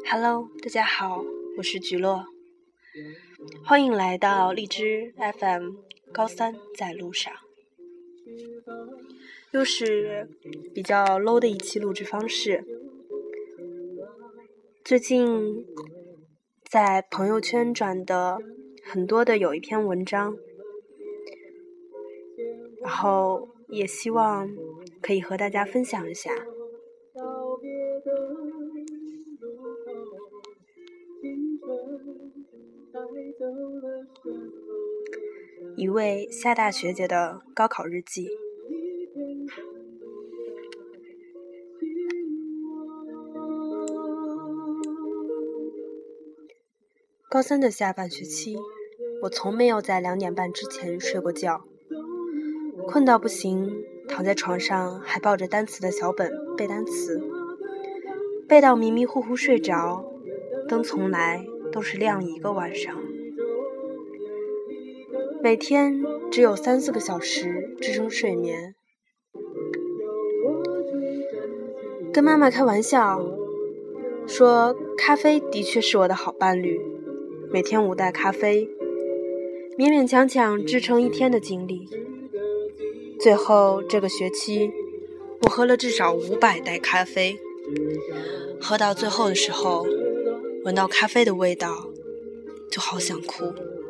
Hello， 大家好，我是菊乐，欢迎来到荔枝 FM 高三在路上。又是比较 low 的一期录制方式。最近在朋友圈转的很多的有一篇文章，然后也希望可以和大家分享一下。一位夏大学姐的高考日记。高三的下半学期，我从没有在2点半之前睡过觉，困到不行，躺在床上还抱着单词的小本背单词，背到迷迷糊糊睡着，灯从来都是亮一个晚上。每天只有3-4个小时支撑睡眠。跟妈妈开玩笑说，咖啡的确是我的好伴侣，每天5袋咖啡，勉勉强强支撑1天的精力。最后这个学期，我喝了至少500袋咖啡，喝到最后的时候，闻到咖啡的味道，就好想哭。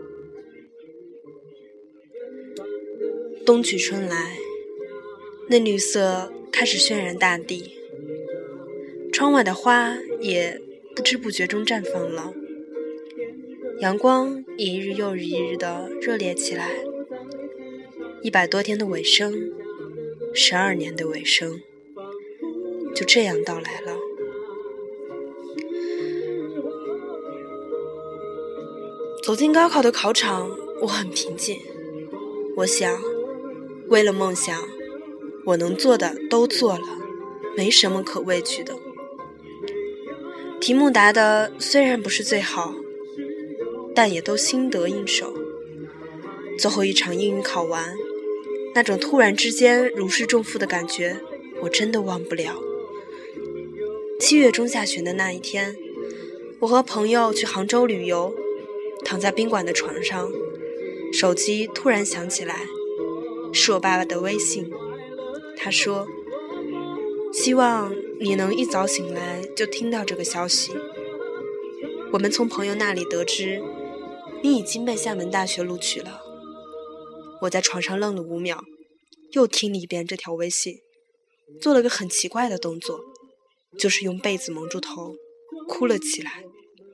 冬去春来，那绿色开始渲染大地，窗外的花也不知不觉中绽放了，阳光也一日又一日的热烈起来。100多天的尾声，12年的尾声，就这样到来了。走进高考的考场，我很平静。我想，为了梦想，我能做的都做了，没什么可畏惧的。题目答的虽然不是最好，但也都心得应手。最后一场英语考完，那种突然之间如释重负的感觉，我真的忘不了。7月中下旬的那一天，我和朋友去杭州旅游，躺在宾馆的床上，手机突然响起来，是我爸爸的微信。他说，希望你能一早醒来就听到这个消息。我们从朋友那里得知，你已经被厦门大学录取了。我在床上愣了5秒，又听了一遍这条微信，做了个很奇怪的动作，就是用被子蒙住头，哭了起来。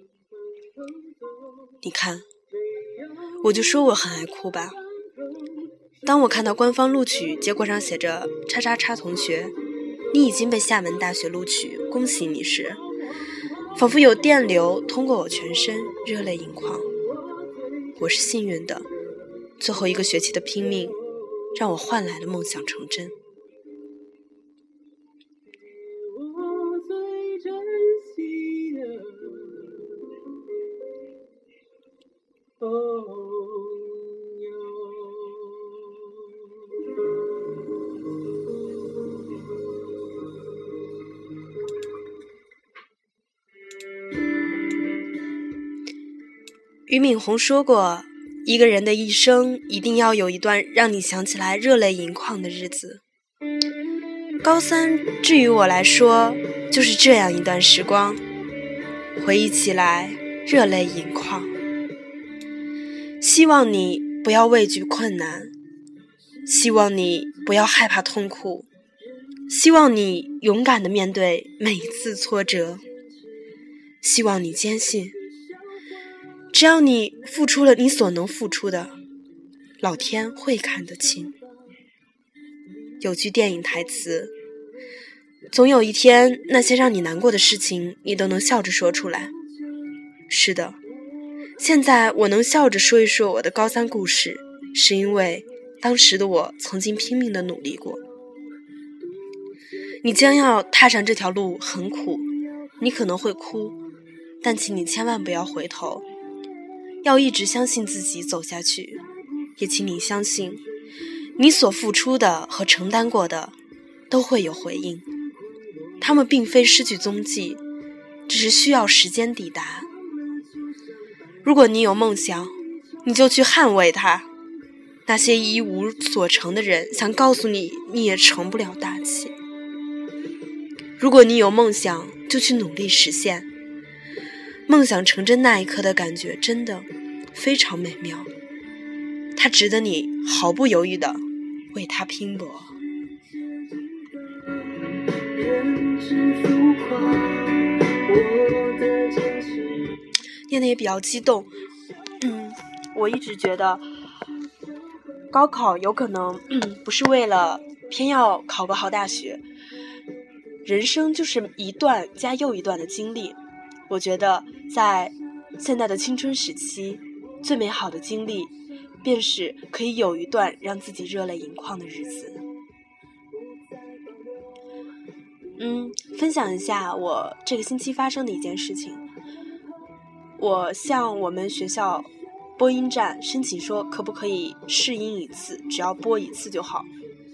你看，我就说我很爱哭吧。当我看到官方录取结果上写着叉叉叉同学，你已经被厦门大学录取，恭喜你时，仿佛有电流通过我全身，热泪盈眶。我是幸运的，最后1个学期的拼命，让我换来了梦想成真。俞敏洪说过，一个人的一生一定要有一段让你想起来热泪盈眶的日子。高三至于我来说，就是这样一段时光，回忆起来热泪盈眶。希望你不要畏惧困难，希望你不要害怕痛苦，希望你勇敢地面对每一次挫折，希望你坚信，只要你付出了你所能付出的，老天会看得清。有句电影台词，总有一天，那些让你难过的事情，你都能笑着说出来。是的，现在我能笑着说一说我的高三故事，是因为当时的我曾经拼命地努力过。你将要踏上这条路很苦，你可能会哭，但请你千万不要回头，要一直相信自己走下去。也请你相信，你所付出的和承担过的都会有回应，他们并非失去踪迹， 只是需要时间抵达。如果你有梦想，你就去捍卫它。那些一无所成的人想告诉你，你也成不了大器。如果你有梦想，就去努力实现。梦想成真那一刻的感觉真的非常美妙，它值得你毫不犹豫地为它拼搏。念得也比较激动。我一直觉得高考有可能不是为了偏要考个好大学，人生就是一段加又一段的经历。我觉得在现在的青春时期，最美好的经历便是可以有一段让自己热泪盈眶的日子。分享一下我这个星期发生的一件事情。我向我们学校播音站申请说可不可以试音一次，只要播一次就好。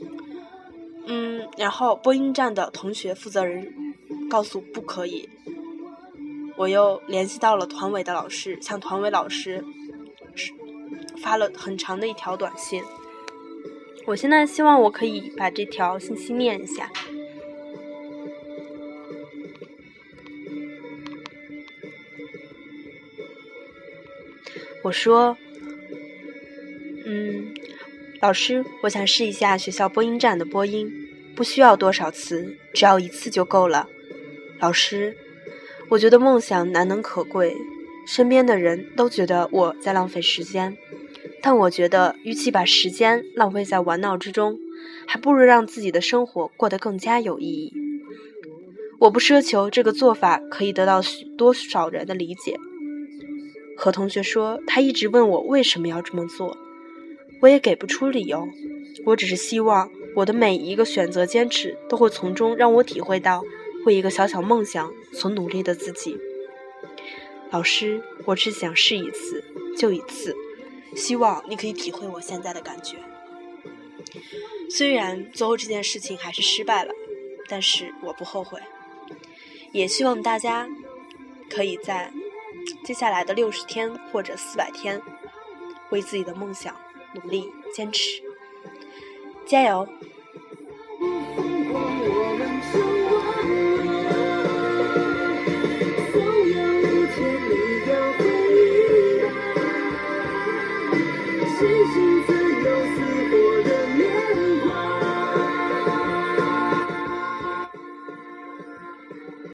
然后播音站的同学负责人告诉不可以。我又联系到了团委的老师，向团委老师发了很长的一条短信。我现在希望我可以把这条信息念一下。我说，老师，我想试一下学校播音站的播音，不需要多少次，只要一次就够了。老师，我觉得梦想难能可贵，身边的人都觉得我在浪费时间，但我觉得与其把时间浪费在玩闹之中，还不如让自己的生活过得更加有意义。我不奢求这个做法可以得到多少人的理解。何同学说他一直问我为什么要这么做，我也给不出理由，我只是希望我的每一个选择坚持都会从中让我体会到为一个小小梦想所努力的自己。老师，我只想试一次，就一次，希望你可以体会我现在的感觉。虽然最后这件事情还是失败了，但是我不后悔。也希望大家可以在接下来的60天或者400天为自己的梦想努力坚持，加油！